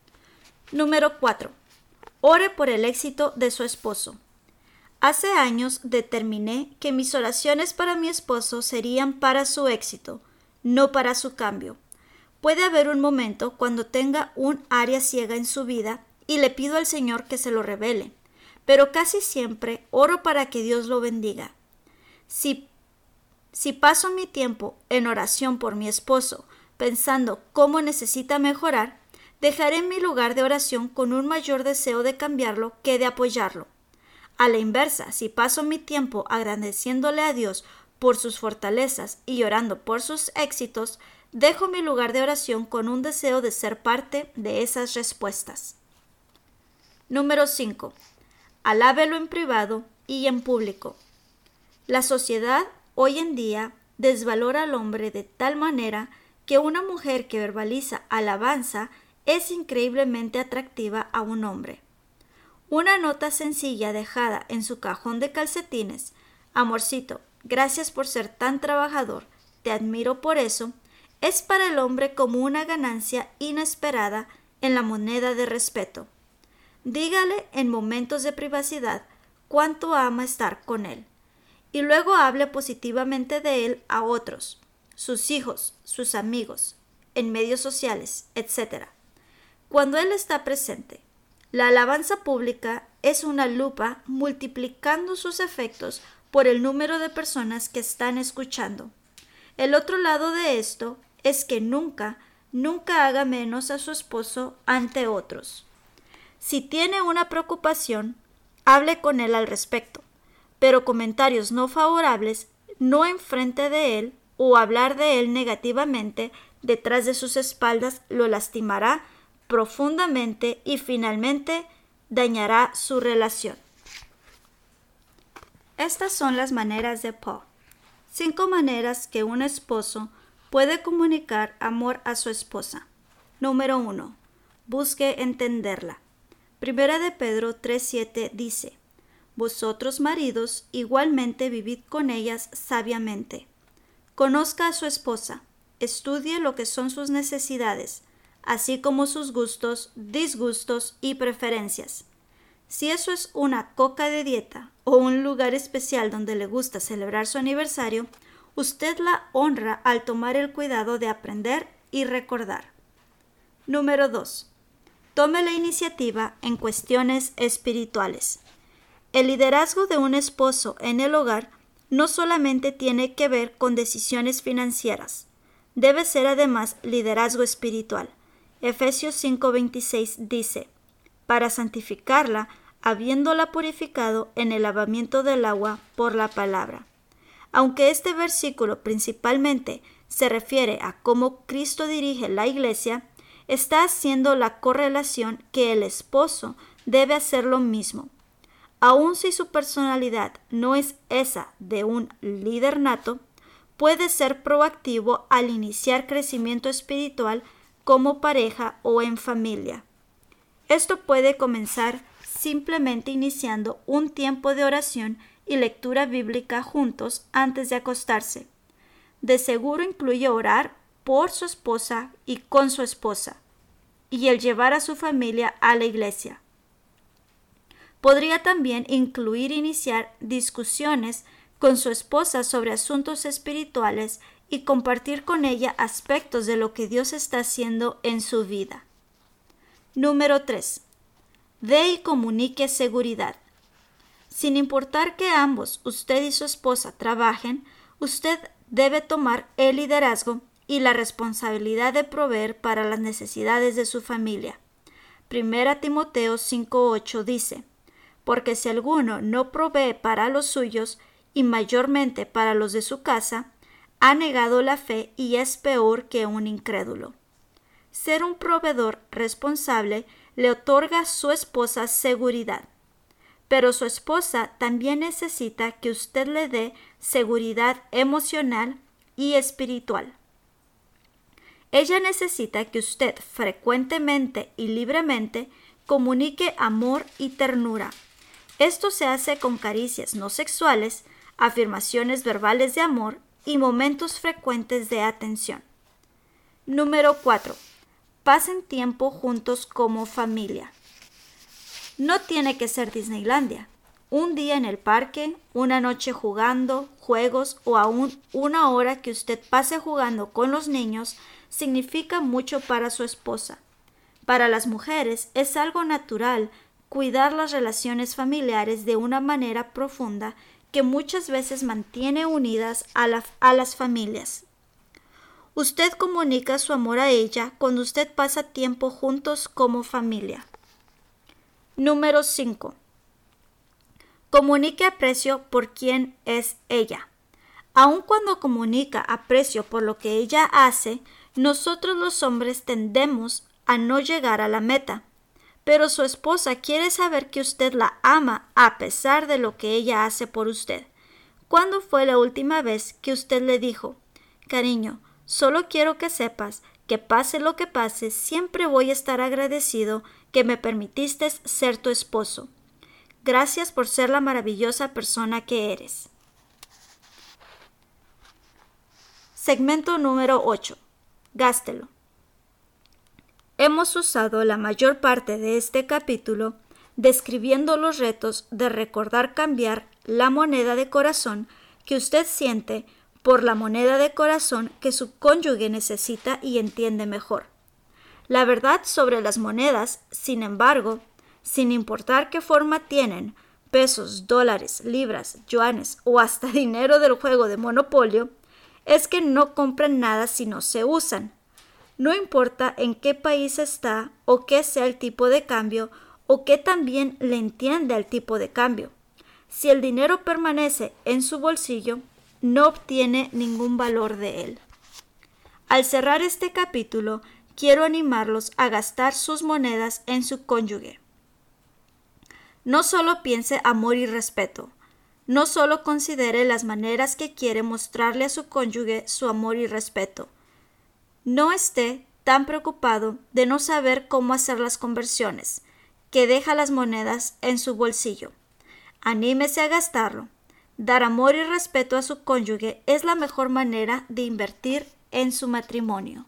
Número cuatro. Ore por el éxito de su esposo. Hace años determiné que mis oraciones para mi esposo serían para su éxito, no para su cambio. Puede haber un momento cuando tenga un área ciega en su vida y le pido al Señor que se lo revele, pero casi siempre oro para que Dios lo bendiga. Si, si paso mi tiempo en oración por mi esposo, pensando cómo necesita mejorar, dejaré mi lugar de oración con un mayor deseo de cambiarlo que de apoyarlo. A la inversa, si paso mi tiempo agradeciéndole a Dios por sus fortalezas y orando por sus éxitos, dejo mi lugar de oración con un deseo de ser parte de esas respuestas. Número cinco. Alábelo en privado y en público. La sociedad hoy en día desvalora al hombre de tal manera que una mujer que verbaliza alabanza es increíblemente atractiva a un hombre. Una nota sencilla dejada en su cajón de calcetines, amorcito, gracias por ser tan trabajador, te admiro por eso, es para el hombre como una ganancia inesperada en la moneda de respeto. Dígale en momentos de privacidad cuánto ama estar con él, y luego hable positivamente de él a otros, sus hijos, sus amigos, en medios sociales, etcétera. Cuando él está presente, la alabanza pública es una lupa multiplicando sus efectos por el número de personas que están escuchando. El otro lado de esto es que nunca, nunca haga menos a su esposo ante otros. Si tiene una preocupación, hable con él al respecto, pero comentarios no favorables no enfrente de él o hablar de él negativamente detrás de sus espaldas lo lastimará profundamente y finalmente dañará su relación. Estas son las maneras de Paul. Cinco maneras que un esposo puede comunicar amor a su esposa. Número uno. Busque entenderla. Primera de Pedro tres siete dice: Vosotros maridos igualmente vivid con ellas sabiamente. Conozca a su esposa, estudie lo que son sus necesidades, así como sus gustos, disgustos y preferencias. Si eso es una coca de dieta o un lugar especial donde le gusta celebrar su aniversario, usted la honra al tomar el cuidado de aprender y recordar. Número dos. Tome la iniciativa en cuestiones espirituales. El liderazgo de un esposo en el hogar no solamente tiene que ver con decisiones financieras, debe ser además liderazgo espiritual. Efesios cinco veintiséis dice: para santificarla, habiéndola purificado en el lavamiento del agua por la palabra. Aunque este versículo principalmente se refiere a cómo Cristo dirige la iglesia, está haciendo la correlación que el esposo debe hacer lo mismo. Aun si su personalidad no es esa de un líder nato, puede ser proactivo al iniciar crecimiento espiritual como pareja o en familia. Esto puede comenzar simplemente iniciando un tiempo de oración y lectura bíblica juntos antes de acostarse. De seguro incluye orar por su esposa y con su esposa. y el llevar a su familia a la iglesia. Podría también incluir iniciar discusiones con su esposa sobre asuntos espirituales y compartir con ella aspectos de lo que Dios está haciendo en su vida. Número tres. Dé y comunique seguridad. Sin importar que ambos, usted y su esposa, trabajen, usted debe tomar el liderazgo y la responsabilidad de proveer para las necesidades de su familia. Primera Timoteo cinco ocho dice: porque si alguno no provee para los suyos, y mayormente para los de su casa, ha negado la fe y es peor que un incrédulo. Ser un proveedor responsable le otorga a su esposa seguridad, pero su esposa también necesita que usted le dé seguridad emocional y espiritual. Ella necesita que usted frecuentemente y libremente comunique amor y ternura. Esto se hace con caricias no sexuales, afirmaciones verbales de amor y momentos frecuentes de atención. Número cuatro. Pasen tiempo juntos como familia. No tiene que ser Disneylandia. Un día en el parque, una noche jugando, juegos o aún una hora que usted pase jugando con los niños significa mucho para su esposa. Para las mujeres es algo natural cuidar las relaciones familiares de una manera profunda que muchas veces mantiene unidas a, la, a las familias. Usted comunica su amor a ella cuando usted pasa tiempo juntos como familia. Número cinco. Comunique aprecio por quien es ella. Aun cuando comunica aprecio por lo que ella hace, nosotros los hombres tendemos a no llegar a la meta. Pero su esposa quiere saber que usted la ama a pesar de lo que ella hace por usted. ¿Cuándo fue la última vez que usted le dijo: cariño, solo quiero que sepas que pase lo que pase, siempre voy a estar agradecido que me permitiste ser tu esposo. Gracias por ser la maravillosa persona que eres. Segmento número ocho. Gástelo. Hemos usado la mayor parte de este capítulo describiendo los retos de recordar cambiar la moneda de corazón que usted siente por la moneda de corazón que su cónyuge necesita y entiende mejor. La verdad sobre las monedas, sin embargo, sin importar qué forma tienen, pesos, dólares, libras, yuanes o hasta dinero del juego de Monopolio, es que no compran nada si no se usan. No importa en qué país está o qué sea el tipo de cambio o qué también le entiende al tipo de cambio. Si el dinero permanece en su bolsillo, no obtiene ningún valor de él. Al cerrar este capítulo, quiero animarlos a gastar sus monedas en su cónyuge. No solo piense amor y respeto. No solo considere las maneras que quiere mostrarle a su cónyuge su amor y respeto. No esté tan preocupado de no saber cómo hacer las conversiones, que deja las monedas en su bolsillo. Anímese a gastarlo. Dar amor y respeto a su cónyuge es la mejor manera de invertir en su matrimonio.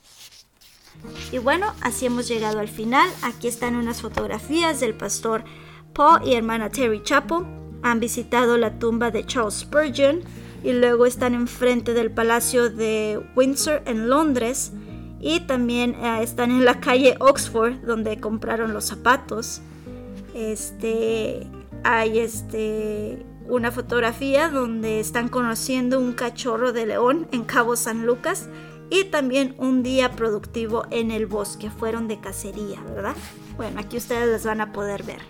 Y bueno, así hemos llegado al final. Aquí están unas fotografías del pastor Paul y hermana Terry Chappell. Han visitado la tumba de Charles Spurgeon y luego están enfrente del Palacio de Windsor en Londres y también eh, están en la calle Oxford donde compraron los zapatos. Este, hay este, una fotografía donde están conociendo un cachorro de león en Cabo San Lucas y también un día productivo en el bosque. Fueron de cacería, ¿verdad? Bueno, aquí ustedes las van a poder ver.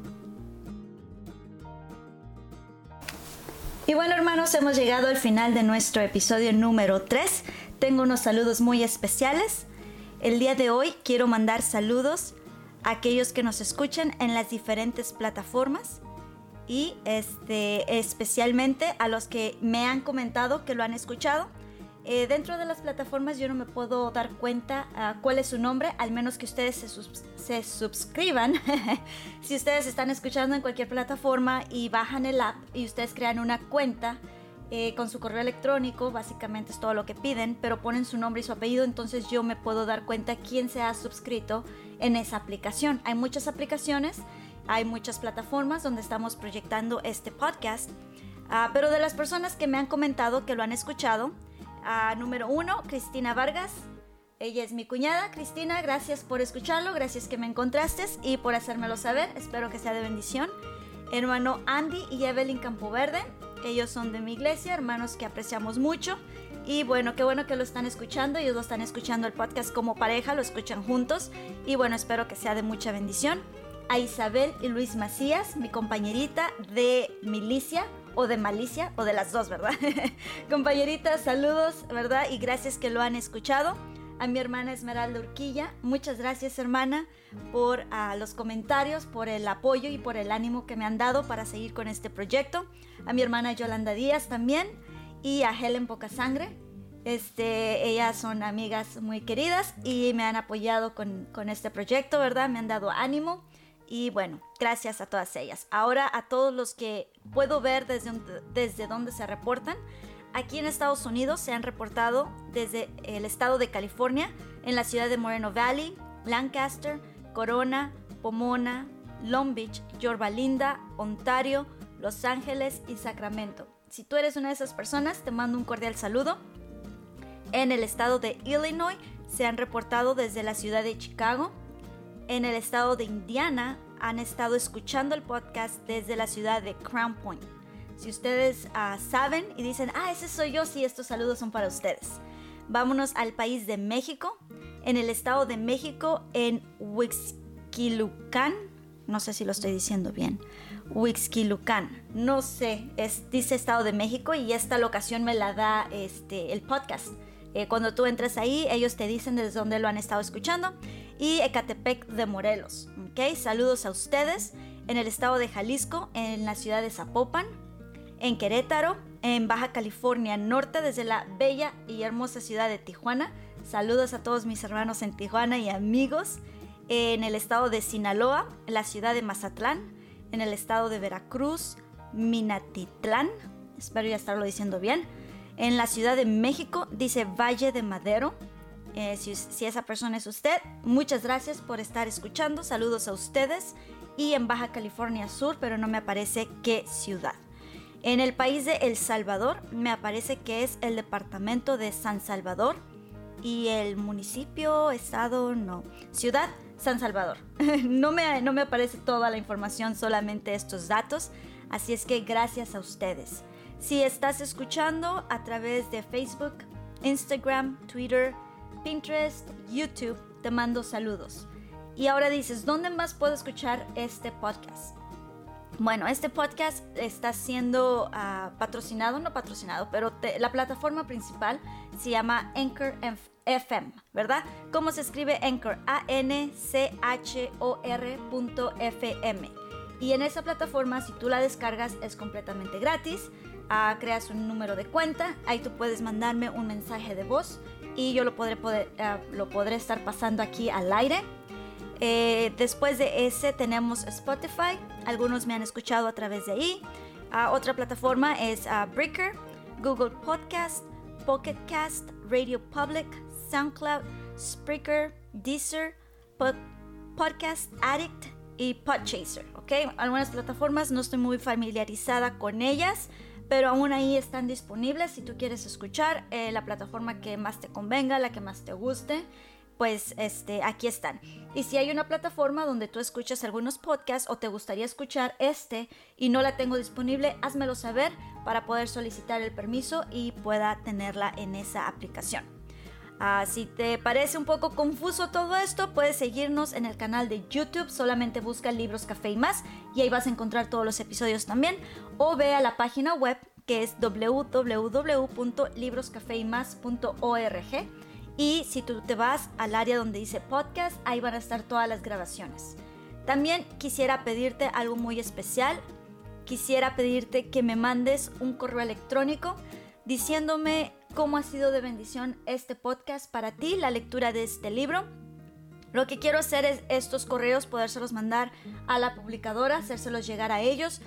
Y bueno, hermanos, hemos llegado al final de nuestro episodio número tres. Tengo unos saludos muy especiales. El día de hoy quiero mandar saludos a aquellos que nos escuchan en las diferentes plataformas y este, especialmente a los que me han comentado que lo han escuchado. Eh, dentro de las plataformas yo no me puedo dar cuenta uh, cuál es su nombre, al menos que ustedes se, sus- se suscriban. Si ustedes están escuchando en cualquier plataforma y bajan el app y ustedes crean una cuenta eh, con su correo electrónico, básicamente es todo lo que piden, pero ponen su nombre y su apellido, entonces yo me puedo dar cuenta quién se ha suscrito en esa aplicación. Hay muchas aplicaciones, hay muchas plataformas donde estamos proyectando este podcast, uh, pero de las personas que me han comentado que lo han escuchado, uh, número uno, Cristina Vargas. Ella es mi cuñada. Cristina, gracias por escucharlo, gracias que me encontraste y por hacérmelo saber, espero que sea de bendición. Hermano Andy y Evelyn Campoverde, ellos son de mi iglesia, hermanos que apreciamos mucho. Y bueno, qué bueno que lo están escuchando, ellos lo están escuchando el podcast como pareja, lo escuchan juntos. Y bueno, espero que sea de mucha bendición. A Isabel y Luis Macías, mi compañerita de milicia, o de malicia, o de las dos, ¿verdad? Compañeritas, saludos, ¿verdad? Y gracias que lo han escuchado. A mi hermana Esmeralda Urquilla, muchas gracias, hermana, por uh, los comentarios, por el apoyo y por el ánimo que me han dado para seguir con este proyecto. A mi hermana Yolanda Díaz también, y a Helen Pocasangre. Este, ellas son amigas muy queridas y me han apoyado con, con este proyecto, ¿verdad? Me han dado ánimo y bueno, gracias a todas ellas. Ahora a todos los que puedo ver desde, desde donde se reportan. Aquí en Estados Unidos se han reportado desde el estado de California, en la ciudad de Moreno Valley, Lancaster, Corona, Pomona, Long Beach, Yorba Linda, Ontario, Los Ángeles y Sacramento. Si tú eres una de esas personas, te mando un cordial saludo. En el estado de Illinois se han reportado desde la ciudad de Chicago. En el estado de Indiana han estado escuchando el podcast desde la ciudad de Crown Point. Si ustedes uh, saben y dicen, ah, ese soy yo, sí, estos saludos son para ustedes. Vámonos al país de México. En el estado de México, en Huixquilucan, no sé si lo estoy diciendo bien, Huixquilucan, no sé, es, dice estado de México y esta locación me la da este, el podcast. Eh, cuando tú entras ahí, ellos te dicen desde dónde lo han estado escuchando. Y Ecatepec de Morelos, ¿ok? Saludos a ustedes. En el estado de Jalisco, en la ciudad de Zapopan, en Querétaro, en Baja California Norte, desde la bella y hermosa ciudad de Tijuana. Saludos a todos mis hermanos en Tijuana y amigos. En el estado de Sinaloa, en la ciudad de Mazatlán, en el estado de Veracruz, Minatitlán, espero ya estarlo diciendo bien. En la Ciudad de México, dice Valle de Madero. Eh, si, si esa persona es usted, muchas gracias por estar escuchando. Saludos a ustedes. Y en Baja California Sur, pero no me aparece qué ciudad. En el país de El Salvador me aparece que es el departamento de San Salvador y el municipio, estado, no, ciudad San Salvador. no, me, no me aparece toda la información, solamente estos datos, así es que gracias a ustedes. Si estás escuchando a través de Facebook, Instagram, Twitter, Pinterest, YouTube, te mando saludos. Y ahora dices, ¿dónde más puedo escuchar este podcast? Bueno, este podcast está siendo uh, patrocinado, no patrocinado, pero te, la plataforma principal se llama Anchor F M, ¿verdad? ¿Cómo se escribe Anchor? A N C H O R punto F M. Y en esa plataforma, si tú la descargas, es completamente gratis. Uh, creas un número de cuenta, ahí tú puedes mandarme un mensaje de voz y yo lo podré, poder, uh, lo podré estar pasando aquí al aire. Eh, después de ese tenemos Spotify, algunos me han escuchado a través de ahí. Uh, otra plataforma es uh, Breaker, Google Podcast, Pocket Cast, Radio Public, SoundCloud, Spreaker, Deezer, Pod- Podcast Addict y Podchaser, ¿ok? Algunas plataformas no estoy muy familiarizada con ellas, pero aún ahí están disponibles si tú quieres escuchar eh, la plataforma que más te convenga, la que más te guste. Pues este, aquí están. Y si hay una plataforma donde tú escuchas algunos podcasts o te gustaría escuchar este y no la tengo disponible, házmelo saber para poder solicitar el permiso y pueda tenerla en esa aplicación. Uh, si te parece un poco confuso todo esto, puedes seguirnos en el canal de YouTube, solamente busca Libros, Café y Más y ahí vas a encontrar todos los episodios también, o ve a la página web que es doble u doble u doble u punto libros café y más punto org. Y si tú te vas al área donde dice podcast, ahí van a estar todas las grabaciones. También quisiera pedirte algo muy especial. Quisiera pedirte que me mandes un correo electrónico diciéndome cómo ha sido de bendición este podcast para ti, la lectura de este libro. Lo que quiero hacer es estos correos, podérselos mandar a la publicadora, hacérselos llegar a ellos,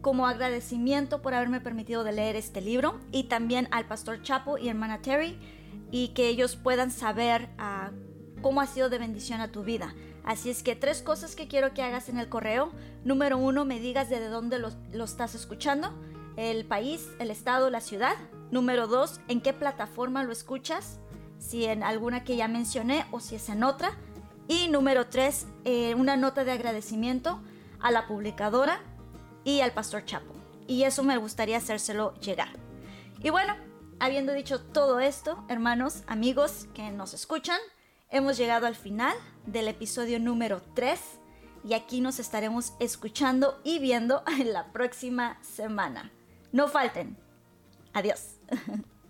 como agradecimiento por haberme permitido de leer este libro, y también al pastor Chapo y hermana Terry, y que ellos puedan saber uh, cómo ha sido de bendición a tu vida. Así es que tres cosas que quiero que hagas en el correo. Número uno, me digas desde dónde lo, lo estás escuchando, el país, el estado, la ciudad. Número dos, en qué plataforma lo escuchas, si en alguna que ya mencioné o si es en otra. Y número tres, eh, una nota de agradecimiento a la publicadora y al pastor Chapo. Y eso me gustaría hacérselo llegar. Y bueno, habiendo dicho todo esto, hermanos, amigos que nos escuchan, hemos llegado al final del episodio número tres. Y aquí nos estaremos escuchando y viendo en la próxima semana. No falten. Adiós.